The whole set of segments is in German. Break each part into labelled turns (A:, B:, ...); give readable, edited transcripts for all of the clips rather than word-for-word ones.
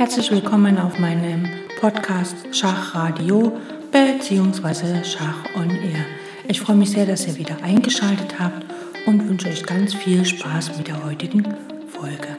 A: Herzlich willkommen auf meinem Podcast Schachradio bzw. Schach on Air. Ich freue mich sehr, dass ihr wieder eingeschaltet habt und wünsche euch ganz viel Spaß mit der heutigen Folge.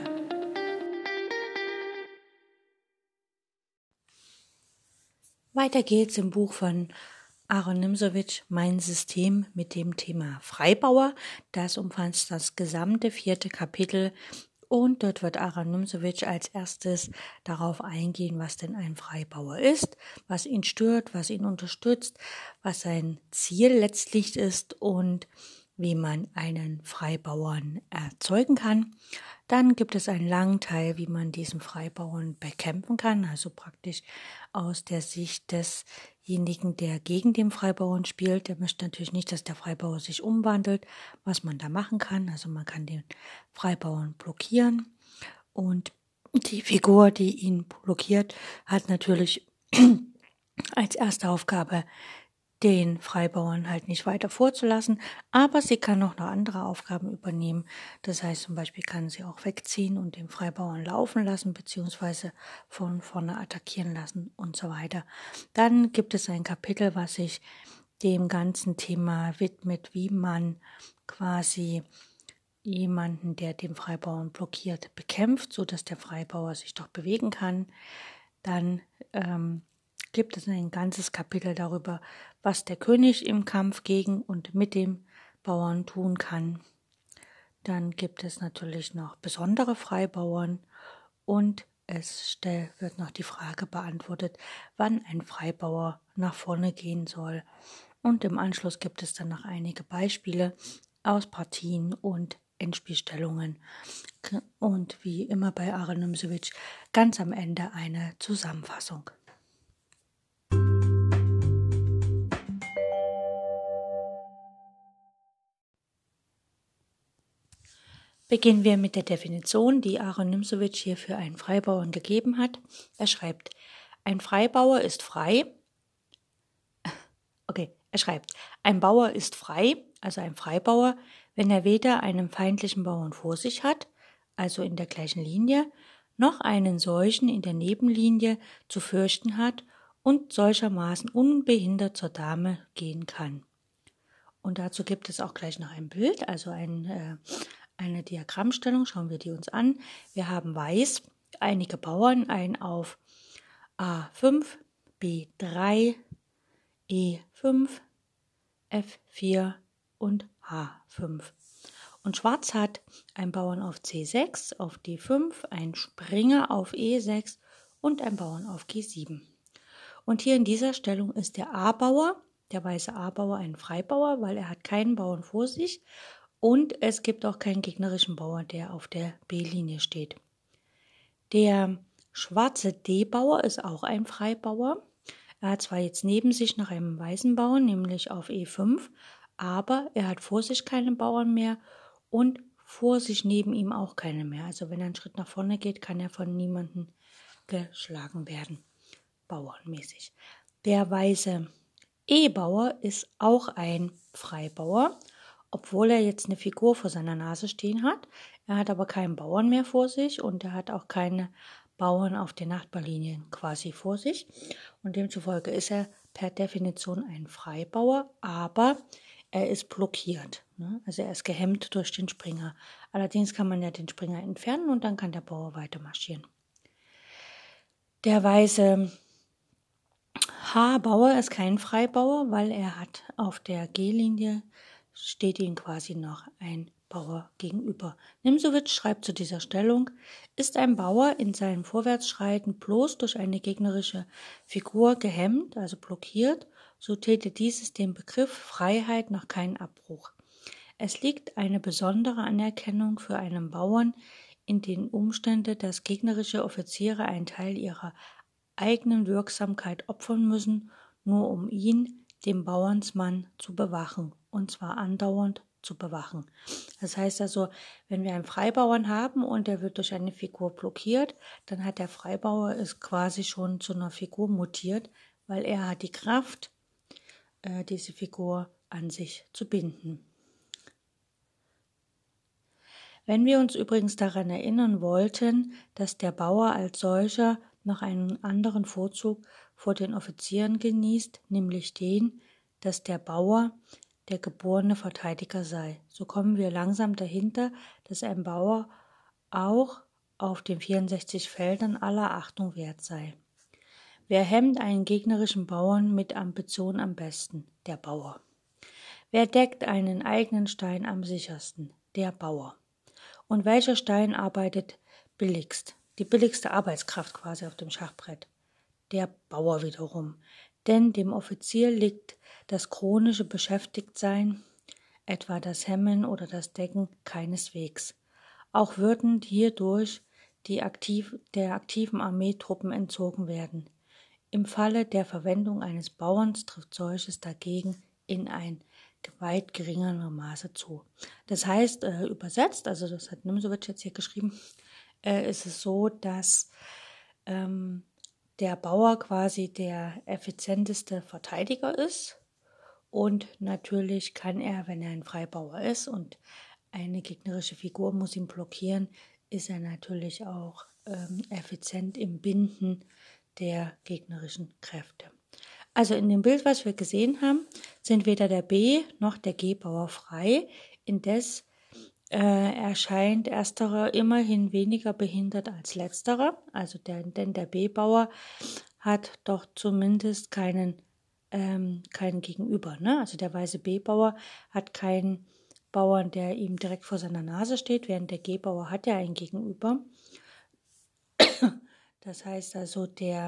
A: Weiter geht's im Buch von Aaron Nimzowitsch, Mein System mit dem Thema Freibauer. Das umfasst das gesamte 4. Kapitel und dort wird Aaron Nimzowitsch als erstes darauf eingehen, was denn ein Freibauer ist, was ihn stört, was ihn unterstützt, was sein Ziel letztlich ist und wie man einen Freibauern erzeugen kann. Dann gibt es einen langen Teil, wie man diesen Freibauern bekämpfen kann, also praktisch aus der Sicht desjenigen, der gegen den Freibauern spielt. Der möchte natürlich nicht, dass der Freibauer sich umwandelt, was man da machen kann. Also man kann den Freibauern blockieren und die Figur, die ihn blockiert, hat natürlich als erste Aufgabe, den Freibauern halt nicht weiter vorzulassen, aber sie kann auch noch andere Aufgaben übernehmen. Das heißt, zum Beispiel kann sie auch wegziehen und den Freibauern laufen lassen, beziehungsweise von vorne attackieren lassen und so weiter. Dann gibt es ein Kapitel, was sich dem ganzen Thema widmet, wie man quasi jemanden, der den Freibauern blockiert, bekämpft, sodass der Freibauer sich doch bewegen kann. Dann gibt es ein ganzes Kapitel darüber, was der König im Kampf gegen und mit dem Bauern tun kann. Dann gibt es natürlich noch besondere Freibauern und es wird noch die Frage beantwortet, wann ein Freibauer nach vorne gehen soll. Und im Anschluss gibt es dann noch einige Beispiele aus Partien und Endspielstellungen. Und wie immer bei Aaron Nimzowitsch ganz am Ende eine Zusammenfassung. Beginnen wir mit der Definition, die Aaron Nimzowitsch hier für einen Freibauern gegeben hat. Er schreibt, ein Freibauer ist frei. Ein Bauer ist frei, also ein Freibauer, wenn er weder einen feindlichen Bauern vor sich hat, also in der gleichen Linie, noch einen solchen in der Nebenlinie zu fürchten hat und solchermaßen unbehindert zur Dame gehen kann. Und dazu gibt es auch gleich noch ein Bild, also eine Diagrammstellung, schauen wir die uns an. Wir haben Weiß, einige Bauern, ein auf A5, B3, E5, F4 und H5. Und Schwarz hat einen Bauern auf C6, auf D5, einen Springer auf E6 und einen Bauern auf G7. Und hier in dieser Stellung ist der A-Bauer, der weiße A-Bauer, ein Freibauer, weil er hat keinen Bauern vor sich und es gibt auch keinen gegnerischen Bauer, der auf der B-Linie steht. Der schwarze D-Bauer ist auch ein Freibauer. Er hat zwar jetzt neben sich noch einen weißen Bauern, nämlich auf E5, aber er hat vor sich keinen Bauern mehr und vor sich neben ihm auch keine mehr. Also wenn er einen Schritt nach vorne geht, kann er von niemandem geschlagen werden, bauernmäßig. Der weiße E-Bauer ist auch ein Freibauer, obwohl er jetzt eine Figur vor seiner Nase stehen hat. Er hat aber keinen Bauern mehr vor sich und er hat auch keine Bauern auf den Nachbarlinien quasi vor sich. Und demzufolge ist er per Definition ein Freibauer, aber er ist blockiert. Also er ist gehemmt durch den Springer. Allerdings kann man ja den Springer entfernen und dann kann der Bauer weiter marschieren. Der weiße H-Bauer ist kein Freibauer, weil er hat auf der G-Linie steht ihm quasi noch ein Bauer gegenüber. Nimzowitsch schreibt zu dieser Stellung, ist ein Bauer in seinem Vorwärtsschreiten bloß durch eine gegnerische Figur gehemmt, also blockiert, so täte dieses dem Begriff Freiheit noch keinen Abbruch. Es liegt eine besondere Anerkennung für einen Bauern in den Umständen, dass gegnerische Offiziere einen Teil ihrer eigenen Wirksamkeit opfern müssen, nur um ihn, den Bauernsmann, zu bewachen, und zwar andauernd zu bewachen. Das heißt also, wenn wir einen Freibauern haben und der wird durch eine Figur blockiert, dann hat der Freibauer es quasi schon zu einer Figur mutiert, weil er hat die Kraft, diese Figur an sich zu binden. Wenn wir uns übrigens daran erinnern wollten, dass der Bauer als solcher noch einen anderen Vorzug vor den Offizieren genießt, nämlich den, dass der Bauer der geborene Verteidiger sei. So kommen wir langsam dahinter, dass ein Bauer auch auf den 64 Feldern aller Achtung wert sei. Wer hemmt einen gegnerischen Bauern mit Ambition am besten? Der Bauer. Wer deckt einen eigenen Stein am sichersten? Der Bauer. Und welcher Stein arbeitet billigst? Die billigste Arbeitskraft quasi auf dem Schachbrett? Der Bauer wiederum. Denn dem Offizier liegt das chronische Beschäftigtsein, etwa das Hemmen oder das Decken, keineswegs. Auch würden hierdurch der aktiven Armeetruppen entzogen werden. Im Falle der Verwendung eines Bauerns trifft solches dagegen in ein weit geringerem Maße zu. Das heißt, übersetzt, also das hat Nimzowitsch jetzt hier geschrieben, ist es so, dass der Bauer quasi der effizienteste Verteidiger ist und natürlich kann er, wenn er ein Freibauer ist und eine gegnerische Figur muss ihn blockieren, ist er natürlich auch effizient im Binden der gegnerischen Kräfte. Also in dem Bild, was wir gesehen haben, sind weder der B- noch der G-Bauer frei. Indes erscheint ersterer immerhin weniger behindert als letzterer. Also denn der B-Bauer hat doch zumindest keinen Gegenüber. Ne? Also der weiße B-Bauer hat keinen Bauern, der ihm direkt vor seiner Nase steht, während der G-Bauer hat ja ein Gegenüber. Das heißt also,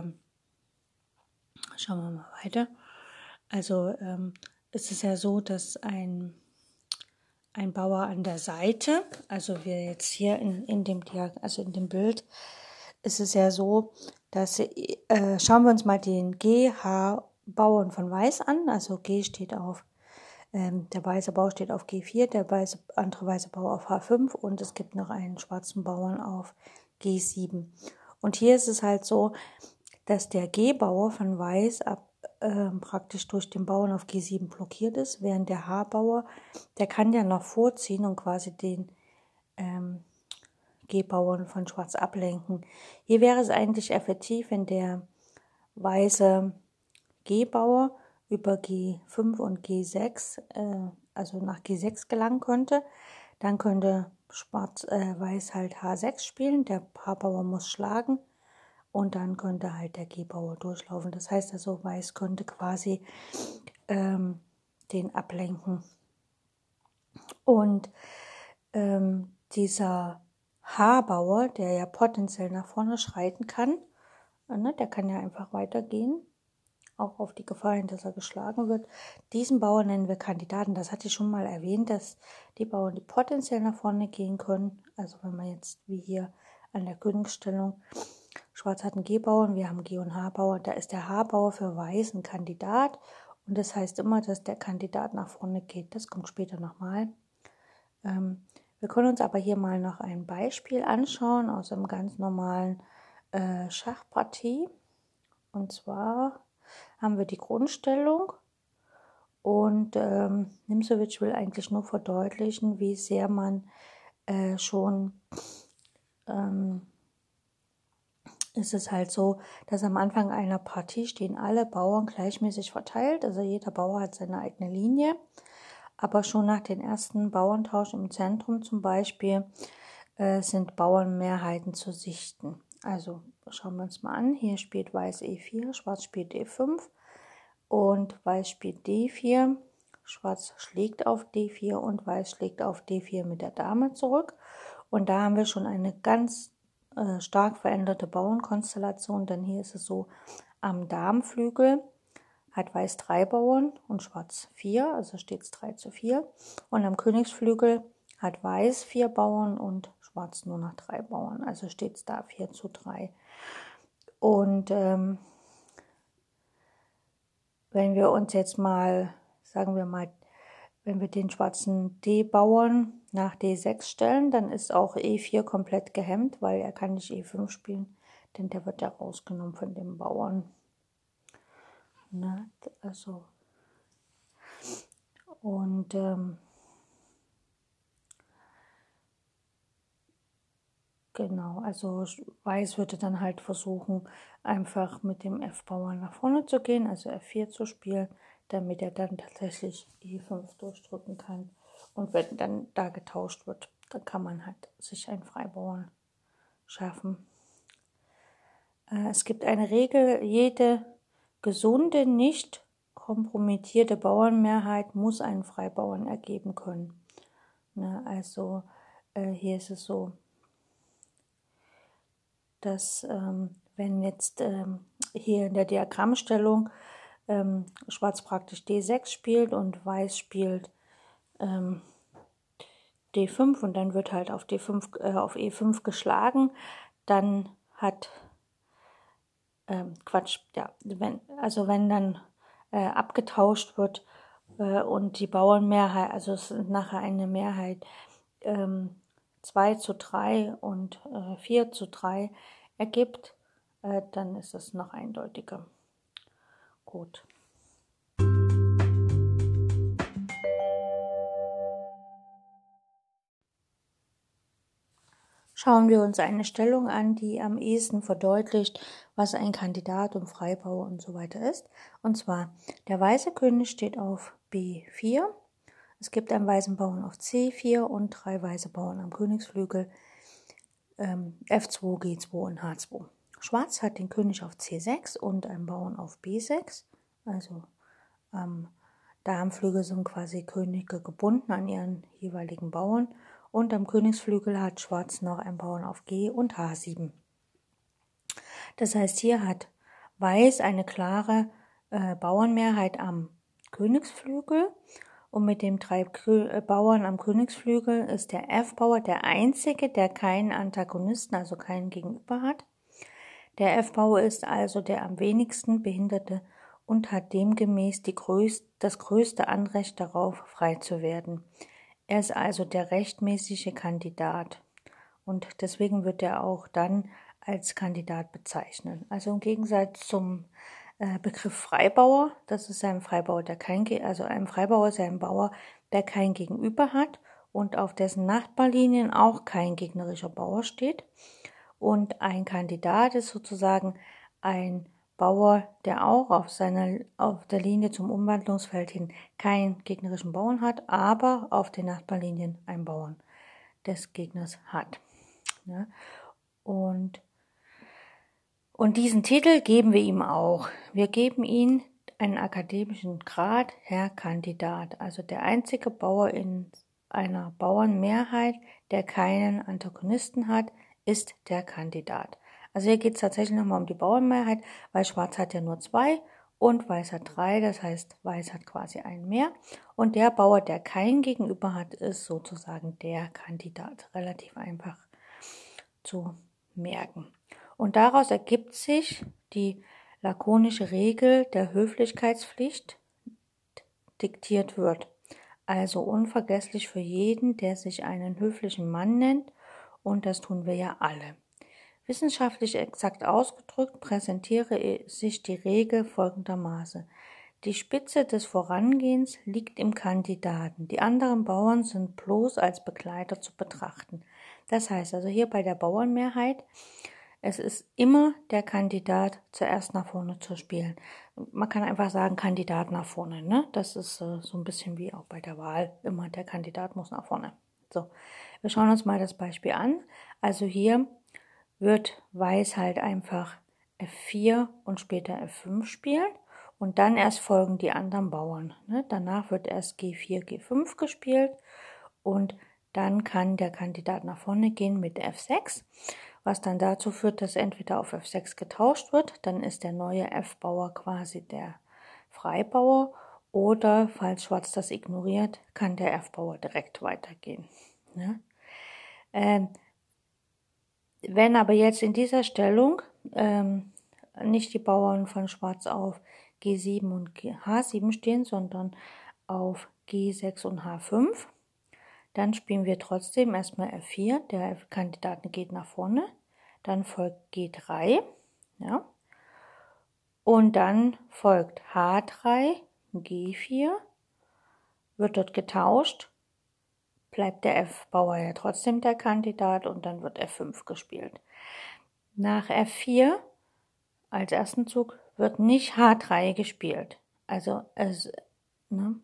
A: schauen wir mal weiter. Also es ist ja so, dass ein Bauer an der Seite, also wir jetzt hier in dem Bild, ist es ja so, dass schauen wir uns mal den GH-Bauern von Weiß an. Also G steht auf, der weiße Bauer steht auf G4, der andere weiße Bauer auf H5 und es gibt noch einen schwarzen Bauern auf G7. Und hier ist es halt so, dass der G-Bauer von Weiß praktisch durch den Bauern auf G7 blockiert ist, während der H-Bauer, der kann ja noch vorziehen und quasi den G-Bauern von Schwarz ablenken. Hier wäre es eigentlich effektiv, wenn der weiße G-Bauer über G5 und G6, also nach G6 gelangen könnte. Dann könnte Weiß halt H6 spielen, der H-Bauer muss schlagen. Und dann könnte halt der G-Bauer durchlaufen. Das heißt also, Weiß könnte quasi den ablenken. Und dieser H-Bauer, der ja potenziell nach vorne schreiten kann, der kann ja einfach weitergehen, auch auf die Gefahr hin, dass er geschlagen wird. Diesen Bauer nennen wir Kandidaten. Das hatte ich schon mal erwähnt, dass die Bauern, die potenziell nach vorne gehen können, also wenn man jetzt wie hier an der Königsstellung, Schwarz hat einen G-Bauern, wir haben G- und H-Bauer, da ist der H-Bauer für Weiß ein Kandidat und das heißt immer, dass der Kandidat nach vorne geht. Das kommt später nochmal. Wir können uns aber hier mal noch ein Beispiel anschauen aus einem ganz normalen Schachpartie. Und zwar haben wir die Grundstellung und Nimzowitsch will eigentlich nur verdeutlichen, wie sehr man ist es halt so, dass am Anfang einer Partie stehen alle Bauern gleichmäßig verteilt, also jeder Bauer hat seine eigene Linie, aber schon nach dem ersten Bauerntausch im Zentrum zum Beispiel sind Bauernmehrheiten zu sichten. Also schauen wir uns mal an, hier spielt Weiß E4, Schwarz spielt E5 und Weiß spielt D4, Schwarz schlägt auf D4 und Weiß schlägt auf D4 mit der Dame zurück und da haben wir schon eine ganz stark veränderte Bauernkonstellation, denn hier ist es so, am Damenflügel hat Weiß 3 Bauern und Schwarz 4, also steht es 3:4. Und am Königsflügel hat Weiß 4 Bauern und Schwarz nur noch 3 Bauern, also steht es da 4:3. Und wenn wir uns jetzt mal, sagen wir mal, wenn wir den schwarzen D-Bauern nach D6 stellen, dann ist auch E4 komplett gehemmt, weil er kann nicht E5 spielen, denn der wird ja rausgenommen von dem Bauern. Ne? Also und Genau, also Weiß würde dann halt versuchen, einfach mit dem F-Bauern nach vorne zu gehen, also F4 zu spielen, damit er dann tatsächlich E5 durchdrücken kann. Und wenn dann da getauscht wird, dann kann man halt sich einen Freibauern schaffen. Es gibt eine Regel, jede gesunde, nicht kompromittierte Bauernmehrheit muss einen Freibauern ergeben können. Also hier ist es so, dass wenn jetzt hier in der Diagrammstellung Schwarz praktisch D6 spielt und Weiß spielt D5 und dann wird halt auf auf E5 geschlagen, dann hat wenn dann abgetauscht wird und die Bauernmehrheit, also es ist nachher eine Mehrheit 2:3 und 4:3 ergibt, dann ist es noch eindeutiger. Gut. Schauen wir uns eine Stellung an, die am ehesten verdeutlicht, was ein Kandidat und Freibauer und so weiter ist. Und zwar, der weiße König steht auf B4. Es gibt einen weißen Bauern auf C4 und 3 weiße Bauern am Königsflügel F2, G2 und H2. Schwarz hat den König auf C6 und einen Bauern auf B6. Also da am Flügel sind quasi Könige gebunden an ihren jeweiligen Bauern. Und am Königsflügel hat Schwarz noch einen Bauern auf G und H7. Das heißt, hier hat Weiß eine klare Bauernmehrheit am Königsflügel. Und mit den 3 Bauern am Königsflügel ist der F-Bauer der einzige, der keinen Antagonisten, also keinen Gegenüber hat. Der F-Bauer ist also der am wenigsten behinderte und hat demgemäß das größte Anrecht darauf, frei zu werden. Er ist also der rechtmäßige Kandidat und deswegen wird er auch dann als Kandidat bezeichnet. Also im Gegensatz zum Begriff Freibauer, das ist ein Freibauer, ein Freibauer ist ein Bauer, der kein Gegenüber hat und auf dessen Nachbarlinien auch kein gegnerischer Bauer steht. Und ein Kandidat ist sozusagen ein Bauer, der auch auf der Linie zum Umwandlungsfeld hin keinen gegnerischen Bauern hat, aber auf den Nachbarlinien einen Bauern des Gegners hat. Ja? Und diesen Titel geben wir ihm auch. Wir geben ihm einen akademischen Grad, Herr Kandidat, also der einzige Bauer in einer Bauernmehrheit, der keinen Antagonisten hat, ist der Kandidat. Also hier geht es tatsächlich nochmal um die Bauernmehrheit, weil Schwarz hat ja nur 2 und Weiß hat 3, das heißt, Weiß hat quasi einen mehr. Und der Bauer, der kein Gegenüber hat, ist sozusagen der Kandidat. Relativ einfach zu merken. Und daraus ergibt sich die lakonische Regel der Höflichkeitspflicht diktiert wird. Also unvergesslich für jeden, der sich einen höflichen Mann nennt, und das tun wir ja alle. Wissenschaftlich exakt ausgedrückt präsentiere sich die Regel folgendermaßen. Die Spitze des Vorangehens liegt im Kandidaten. Die anderen Bauern sind bloß als Begleiter zu betrachten. Das heißt also hier bei der Bauernmehrheit, es ist immer der Kandidat zuerst nach vorne zu spielen. Man kann einfach sagen, Kandidat nach vorne. Ne? Das ist so ein bisschen wie auch bei der Wahl. Immer der Kandidat muss nach vorne. So, wir schauen uns mal das Beispiel an. Also hier wird Weiß halt einfach F4 und später F5 spielen und dann erst folgen die anderen Bauern. Ne? Danach wird erst G4, G5 gespielt und dann kann der Kandidat nach vorne gehen mit F6, was dann dazu führt, dass entweder auf F6 getauscht wird, dann ist der neue F-Bauer quasi der Freibauer, oder falls Schwarz das ignoriert, kann der F-Bauer direkt weitergehen. Ne? Wenn aber jetzt in dieser Stellung nicht die Bauern von Schwarz auf G7 und H7 stehen, sondern auf G6 und H5, dann spielen wir trotzdem erstmal F4, der Kandidat geht nach vorne, dann folgt G3, ja, und dann folgt H3, G4, wird dort getauscht, bleibt der F-Bauer ja trotzdem der Kandidat und dann wird F5 gespielt. Nach F4 als ersten Zug wird nicht H3 gespielt. Also ne?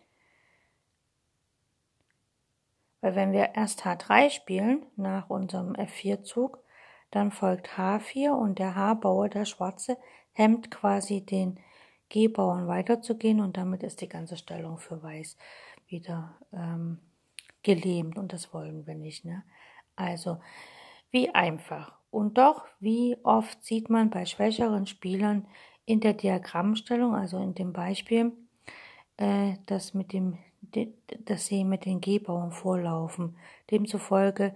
A: Weil wenn wir erst H3 spielen, nach unserem F4-Zug, dann folgt H4 und der H-Bauer, der Schwarze, hemmt quasi den G-Bauern weiterzugehen und damit ist die ganze Stellung für Weiß wieder gelähmt und das wollen wir nicht. Ne? Also wie einfach. Und doch, wie oft sieht man bei schwächeren Spielern in der Diagrammstellung, also in dem Beispiel, dass sie mit den G-Bauern vorlaufen. Demzufolge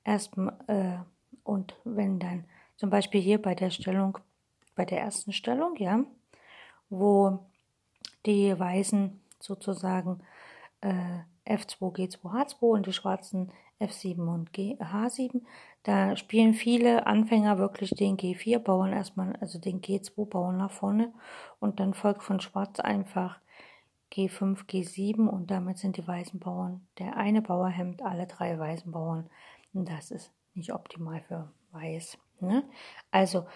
A: und wenn dann zum Beispiel hier bei der ersten Stellung, ja, wo die Weißen sozusagen F2, G2, H2 und die Schwarzen F7 und H7. Da spielen viele Anfänger wirklich den G4-Bauern erstmal, also den G2-Bauern nach vorne und dann folgt von Schwarz einfach G5, G7 und damit sind die weißen Bauern, der eine Bauer hemmt alle 3 weißen Bauern und das ist nicht optimal für Weiß. Ne? Also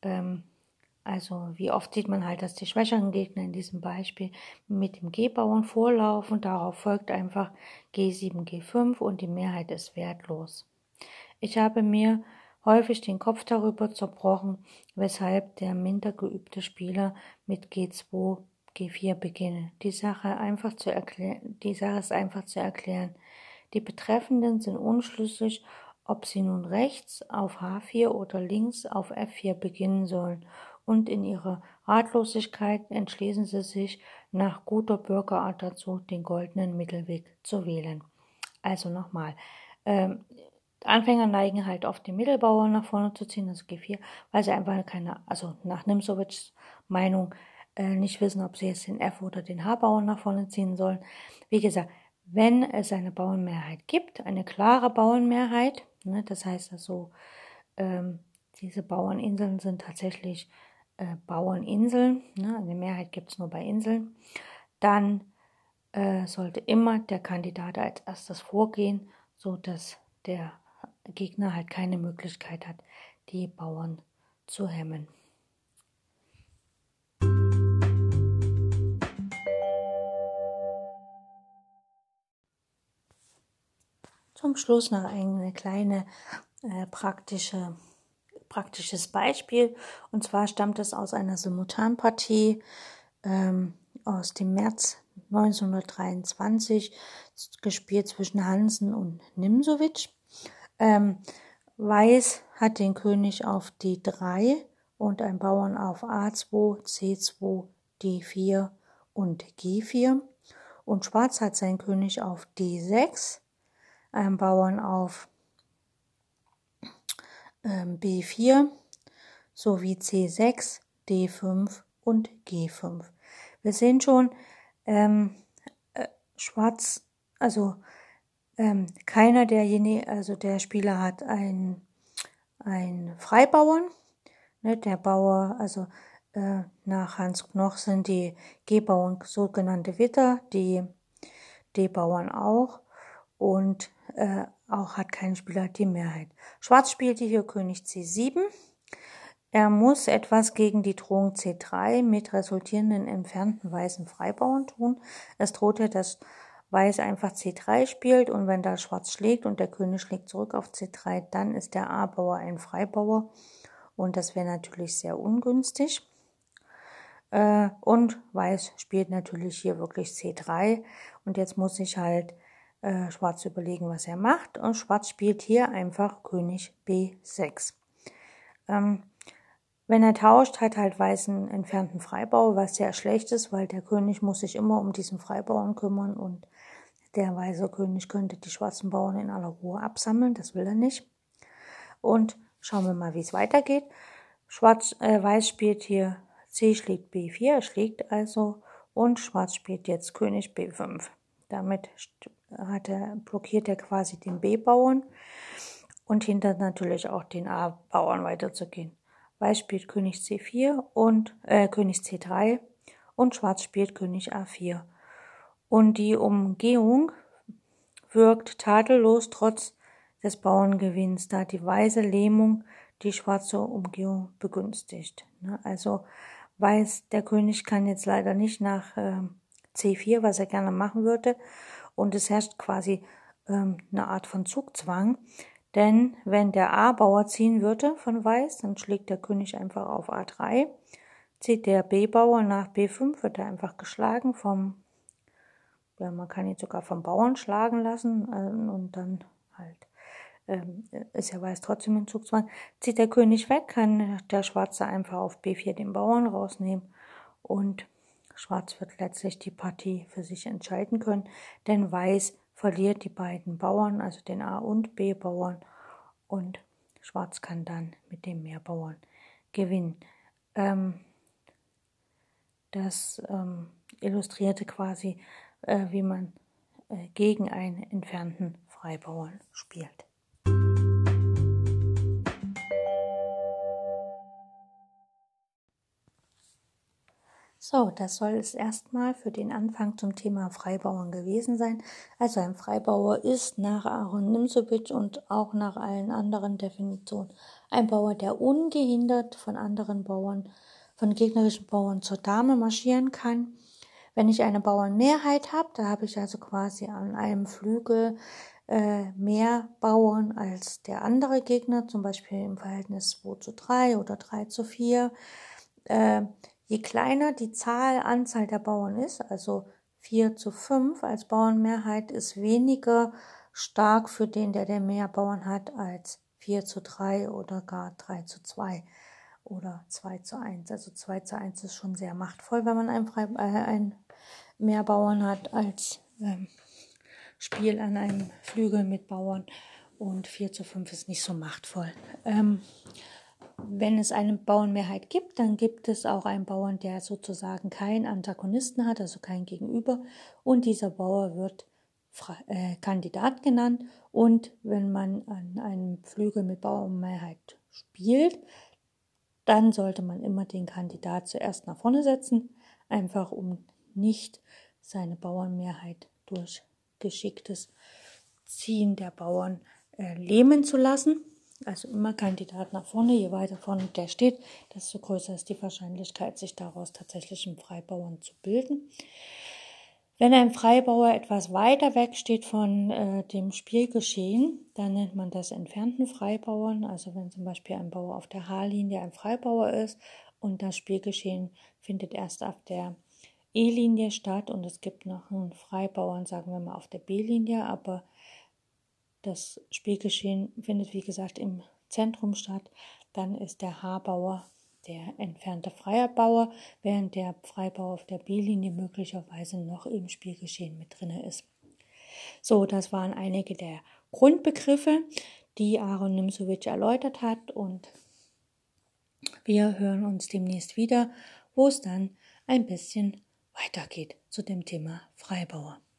A: wie oft sieht man halt, dass die schwächeren Gegner in diesem Beispiel mit dem G-Bauern vorlaufen. Darauf folgt einfach G7, G5 und die Mehrheit ist wertlos. Ich habe mir häufig den Kopf darüber zerbrochen, weshalb der minder geübte Spieler mit G2, G4 beginne. Die Sache ist einfach zu erklären. Die Betreffenden sind unschlüssig, ob sie nun rechts auf H4 oder links auf F4 beginnen sollen. Und in ihrer Ratlosigkeit entschließen sie sich nach guter Bürgerart dazu, den goldenen Mittelweg zu wählen. Also nochmal, Anfänger neigen halt oft den Mittelbauer nach vorne zu ziehen, also G4, weil sie einfach also nach Nimzovics Meinung nicht wissen, ob sie jetzt den F- oder den H-Bauern nach vorne ziehen sollen. Wie gesagt, wenn es eine Bauernmehrheit gibt, eine klare Bauernmehrheit, ne, das heißt also, diese Bauerninseln sind tatsächlich Bauerninseln, ne, eine Mehrheit gibt es nur bei Inseln, dann sollte immer der Kandidat als erstes vorgehen, sodass der Gegner halt keine Möglichkeit hat, die Bauern zu hemmen. Zum Schluss noch eine kleine praktisches Beispiel. Und zwar stammt es aus einer Simultanpartie aus dem März 1923, gespielt zwischen Hansen und Nimzovic. Weiß hat den König auf D3 und ein Bauern auf A2, C2, D4 und G4. Und Schwarz hat seinen König auf D6, einen Bauern auf B4 sowie C6, D5 und G5. Wir sehen schon, Schwarz, also keiner der Spieler hat einen Freibauern. Ne, der Bauer, also nach Hans Knoch sind die G-Bauern sogenannte Witter, die D-Bauern auch und auch hat kein Spieler die Mehrheit. Schwarz spielte hier König C7. Er muss etwas gegen die Drohung C3 mit resultierenden entfernten weißen Freibauern tun. Es droht ja, dass Weiß einfach C3 spielt und wenn da Schwarz schlägt und der König schlägt zurück auf C3, dann ist der A-Bauer ein Freibauer und das wäre natürlich sehr ungünstig. Und Weiß spielt natürlich hier wirklich C3 und jetzt muss sich halt Schwarz überlegen, was er macht und Schwarz spielt hier einfach König B6. Wenn er tauscht, hat halt Weiß einen entfernten Freibauer, was sehr schlecht ist, weil der König muss sich immer um diesen Freibauern kümmern und der weiße König könnte die schwarzen Bauern in aller Ruhe absammeln, das will er nicht. Und schauen wir mal, wie es weitergeht. Weiß spielt hier C schlägt B4, er schlägt also und Schwarz spielt jetzt König B5. Damit blockiert er quasi den B-Bauern und hindert natürlich auch den A-Bauern weiterzugehen. Weiß spielt König C4 und König C3 und Schwarz spielt König A4. Und die Umgehung wirkt tadellos trotz des Bauerngewinns, da die weiße Lähmung die schwarze Umgehung begünstigt. Also Weiß, der König kann jetzt leider nicht nach C4, was er gerne machen würde, und es herrscht quasi eine Art von Zugzwang, denn wenn der A-Bauer ziehen würde von Weiß, dann schlägt der König einfach auf A3, zieht der B-Bauer nach B5, wird er einfach geschlagen man kann ihn sogar vom Bauern schlagen lassen und dann halt ist ja Weiß trotzdem in Zugzwang. Zieht der König weg, kann der Schwarze einfach auf B4 den Bauern rausnehmen und Schwarz wird letztlich die Partie für sich entscheiden können, denn Weiß verliert die beiden Bauern, also den A- und B-Bauern, und Schwarz kann dann mit dem Mehrbauern gewinnen. Das illustrierte quasi, wie man gegen einen entfernten Freibauern spielt. So, das soll es erstmal für den Anfang zum Thema Freibauern gewesen sein. Also ein Freibauer ist nach Aaron Nimzowitsch und auch nach allen anderen Definitionen ein Bauer, der ungehindert von anderen Bauern, von gegnerischen Bauern zur Dame marschieren kann. Wenn ich eine Bauernmehrheit habe, da habe ich also quasi an einem Flügel mehr Bauern als der andere Gegner, zum Beispiel im Verhältnis 2:3 oder 3:4. Je kleiner die Anzahl der Bauern ist, also 4:5 als Bauernmehrheit, ist weniger stark für den, der mehr Bauern hat, als 4:3 oder gar 3:2 oder 2:1. Also 2:1 ist schon sehr machtvoll, wenn man ein mehr Bauern hat als Spiel an einem Flügel mit Bauern, und 4:5 ist nicht so machtvoll. Wenn es eine Bauernmehrheit gibt, dann gibt es auch einen Bauern, der sozusagen keinen Antagonisten hat, also kein Gegenüber, und dieser Bauer wird Kandidat genannt, und wenn man an einem Flügel mit Bauernmehrheit spielt, dann sollte man immer den Kandidat zuerst nach vorne setzen, einfach um nicht seine Bauernmehrheit durch geschicktes Ziehen der Bauern lähmen zu lassen. Also immer Kandidat nach vorne, je weiter vorne der steht, desto größer ist die Wahrscheinlichkeit, sich daraus tatsächlich einen Freibauern zu bilden. Wenn ein Freibauer etwas weiter weg steht von dem Spielgeschehen, dann nennt man das entfernten Freibauern. Also wenn zum Beispiel ein Bauer auf der H-Linie ein Freibauer ist und das Spielgeschehen findet erst auf der E-Linie statt und es gibt noch einen Freibauern, sagen wir mal, auf der B-Linie, aber das Spielgeschehen findet, wie gesagt, im Zentrum statt, dann ist der H-Bauer der entfernte Freibauer, während der Freibauer auf der B-Linie möglicherweise noch im Spielgeschehen mit drin ist. So, das waren einige der Grundbegriffe, die Aaron Nimzowitsch erläutert hat, und wir hören uns demnächst wieder, wo es dann ein bisschen weitergeht zu dem Thema Freibauer.